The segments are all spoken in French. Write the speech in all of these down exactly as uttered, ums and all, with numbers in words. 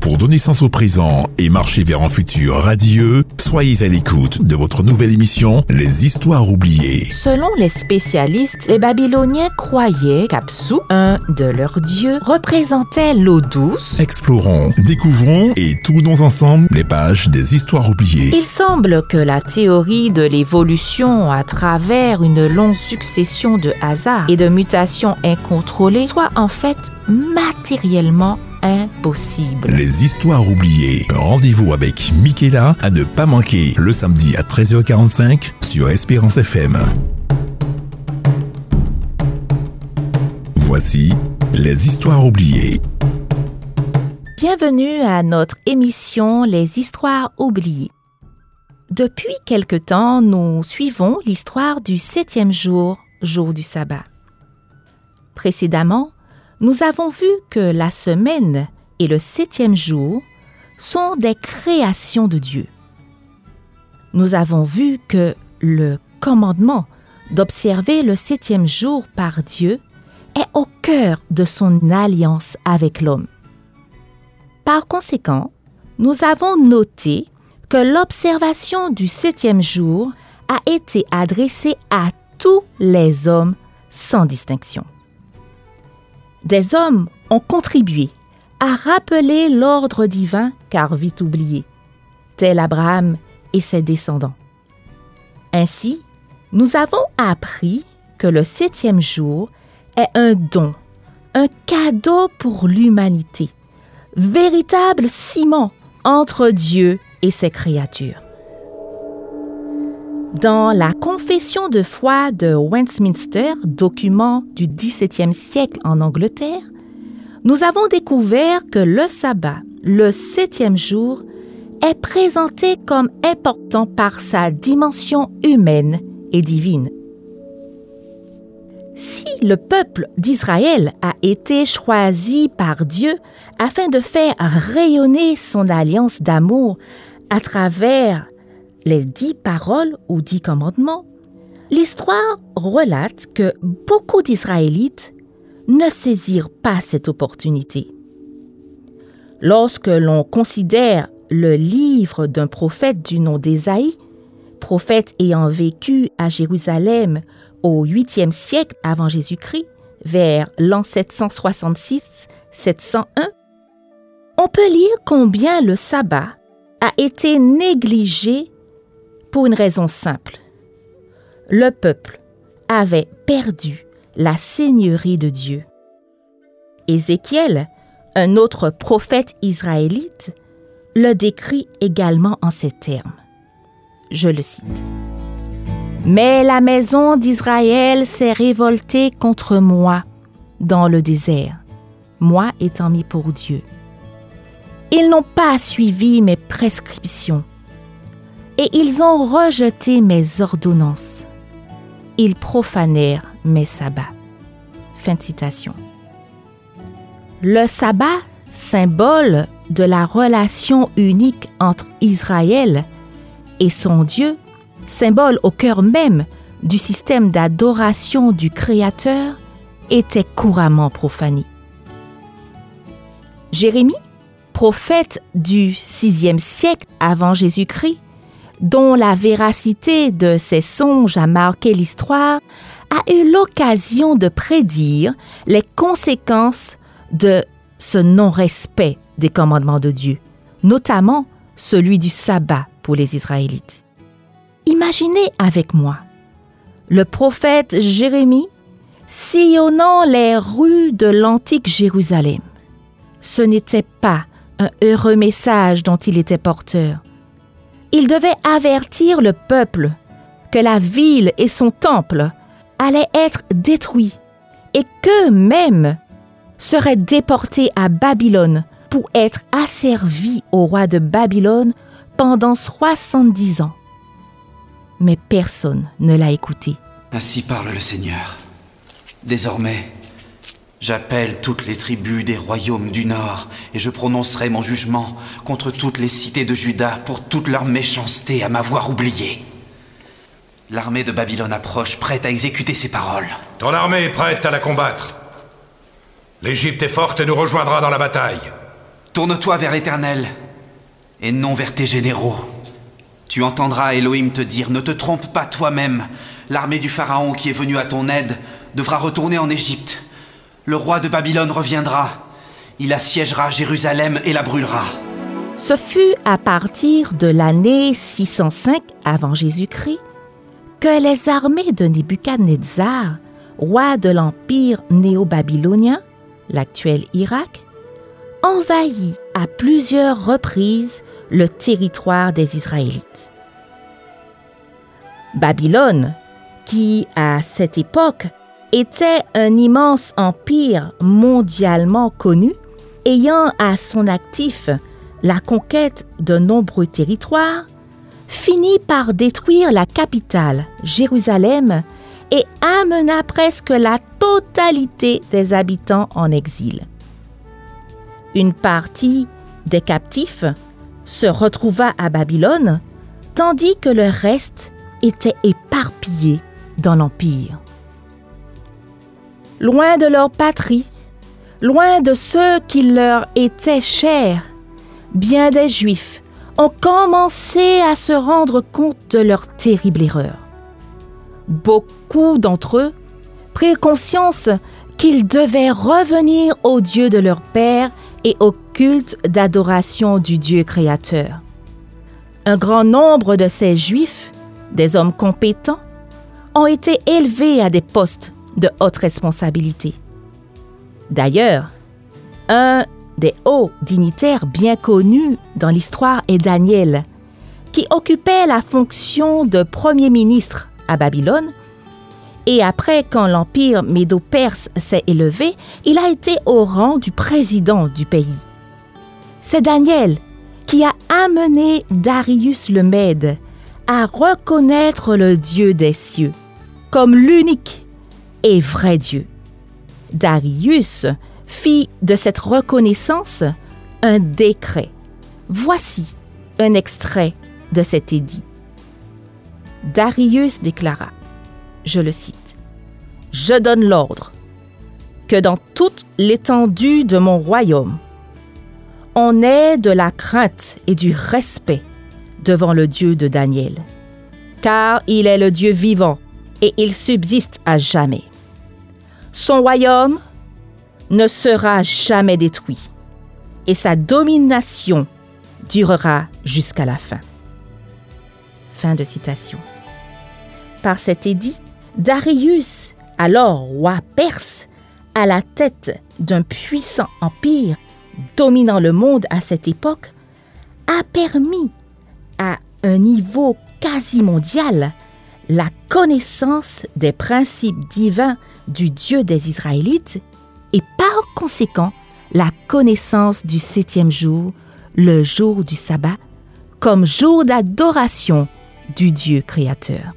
Pour donner sens au présent et marcher vers un futur radieux, soyez à l'écoute de votre nouvelle émission Les Histoires oubliées. Selon les spécialistes, les Babyloniens croyaient qu'Apsu, un de leurs dieux, représentait l'eau douce. Explorons, découvrons et tournons ensemble les pages des Histoires oubliées. Il semble que la théorie de l'évolution à travers une longue succession de hasards et de mutations incontrôlées soit en fait matériellement impossible. Les Histoires oubliées. Rendez-vous avec Michaela à ne pas manquer le samedi à treize heures quarante-cinq sur Espérance F M. Voici Les Histoires oubliées. Bienvenue à notre émission Les Histoires oubliées. Depuis quelque temps, nous suivons l'histoire du septième jour, jour du sabbat. Précédemment, nous avons vu que la semaine et le septième jour sont des créations de Dieu. Nous avons vu que le commandement d'observer le septième jour par Dieu est au cœur de son alliance avec l'homme. Par conséquent, nous avons noté que l'observation du septième jour a été adressée à tous les hommes sans distinction. Des hommes ont contribué à rappeler l'ordre divin car vite oublié, tel Abraham et ses descendants. Ainsi, nous avons appris que le septième jour est un don, un cadeau pour l'humanité, véritable ciment entre Dieu et ses créatures. Dans la Confession de foi de Westminster, document du dix-septième siècle en Angleterre, nous avons découvert que le sabbat, le septième jour, est présenté comme important par sa dimension humaine et divine. Si le peuple d'Israël a été choisi par Dieu afin de faire rayonner son alliance d'amour à travers les dix paroles ou dix commandements, l'histoire relate que beaucoup d'Israélites ne saisirent pas cette opportunité. Lorsque l'on considère le livre d'un prophète du nom d'Ésaïe, prophète ayant vécu à Jérusalem au huitième siècle avant Jésus-Christ, vers l'an sept cent soixante-six à sept cent un, on peut lire combien le sabbat a été négligé pour une raison simple. Le peuple avait perdu la seigneurie de Dieu. Ézéchiel, un autre prophète israélite, le décrit également en ces termes. Je le cite. « Mais la maison d'Israël s'est révoltée contre moi dans le désert, moi étant mis pour Dieu. Ils n'ont pas suivi mes prescriptions, et ils ont rejeté mes ordonnances. Ils profanèrent mes sabbats. » Fin de citation. Le sabbat, symbole de la relation unique entre Israël et son Dieu, symbole au cœur même du système d'adoration du Créateur, était couramment profané. Jérémie, prophète du sixième siècle avant Jésus-Christ, dont la véracité de ses songes a marqué l'histoire, a eu l'occasion de prédire les conséquences de ce non-respect des commandements de Dieu, notamment celui du sabbat pour les Israélites. Imaginez avec moi le prophète Jérémie sillonnant les rues de l'antique Jérusalem. Ce n'était pas un heureux message dont il était porteur. Il devait avertir le peuple que la ville et son temple allaient être détruits et qu'eux-mêmes seraient déportés à Babylone pour être asservis au roi de Babylone pendant soixante-dix ans. Mais personne ne l'a écouté. Ainsi parle le Seigneur. Désormais, j'appelle toutes les tribus des royaumes du Nord et je prononcerai mon jugement contre toutes les cités de Juda pour toute leur méchanceté à m'avoir oublié. L'armée de Babylone approche, prête à exécuter ses paroles. Ton armée est prête à la combattre. L'Égypte est forte et nous rejoindra dans la bataille. Tourne-toi vers l'Éternel, et non vers tes généraux. Tu entendras Elohim te dire, ne te trompe pas toi-même. L'armée du Pharaon qui est venue à ton aide devra retourner en Égypte. Le roi de Babylone reviendra. Il assiégera Jérusalem et la brûlera. Ce fut à partir de l'année six cent cinq avant Jésus-Christ que les armées de Nebuchadnezzar, roi de l'empire néo-babylonien, l'actuel Irak, envahit à plusieurs reprises le territoire des Israélites. Babylone, qui à cette époque était un immense empire mondialement connu, ayant à son actif la conquête de nombreux territoires, finit par détruire la capitale, Jérusalem, et amena presque la totalité des habitants en exil. Une partie des captifs se retrouva à Babylone, tandis que le reste était éparpillé dans l'empire. Loin de leur patrie, loin de ceux qui leur étaient chers, bien des Juifs ont commencé à se rendre compte de leur terrible erreur. Beaucoup d'entre eux prirent conscience qu'ils devaient revenir au Dieu de leur père et au culte d'adoration du Dieu créateur. Un grand nombre de ces Juifs, des hommes compétents, ont été élevés à des postes de haute responsabilité. D'ailleurs, un des hauts dignitaires bien connus dans l'histoire est Daniel, qui occupait la fonction de premier ministre à Babylone, et après, quand l'empire médo-perse s'est élevé, il a été au rang du président du pays. C'est Daniel qui a amené Darius le Mède à reconnaître le Dieu des cieux comme l'unique et vrai Dieu. Darius fit de cette reconnaissance un décret. Voici un extrait de cet édit. Darius déclara, je le cite, « Je donne l'ordre que dans toute l'étendue de mon royaume, on ait de la crainte et du respect devant le Dieu de Daniel, car il est le Dieu vivant et il subsiste à jamais. Son royaume ne sera jamais détruit et sa domination durera jusqu'à la fin. » Fin de citation. Par cet édit, Darius, alors roi perse, à la tête d'un puissant empire dominant le monde à cette époque, a permis à un niveau quasi mondial la connaissance des principes divins du Dieu des Israélites et par conséquent la connaissance du septième jour, le jour du sabbat, comme jour d'adoration du Dieu créateur.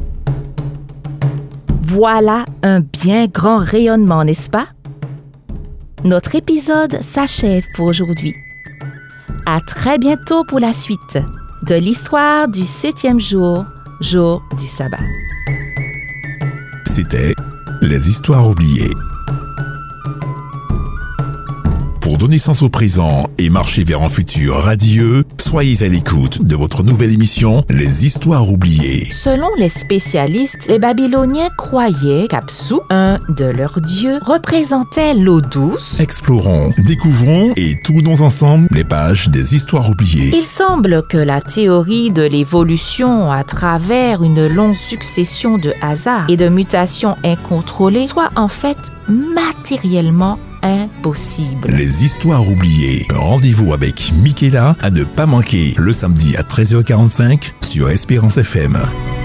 Voilà un bien grand rayonnement, n'est-ce pas? Notre épisode s'achève pour aujourd'hui. À très bientôt pour la suite de l'histoire du septième jour, jour du sabbat. C'était Les Histoires oubliées. Pour donner sens au présent et marcher vers un futur radieux, soyez à l'écoute de votre nouvelle émission Les Histoires oubliées. Selon les spécialistes, les Babyloniens croyaient qu'Apsu, un de leurs dieux, représentait l'eau douce. Explorons, découvrons et tournons ensemble les pages des Histoires oubliées. Il semble que la théorie de l'évolution à travers une longue succession de hasards et de mutations incontrôlées soit en fait matériellement impossible. Les Histoires oubliées. Rendez-vous avec Michaela à ne pas manquer le samedi à treize heures quarante-cinq sur Espérance F M.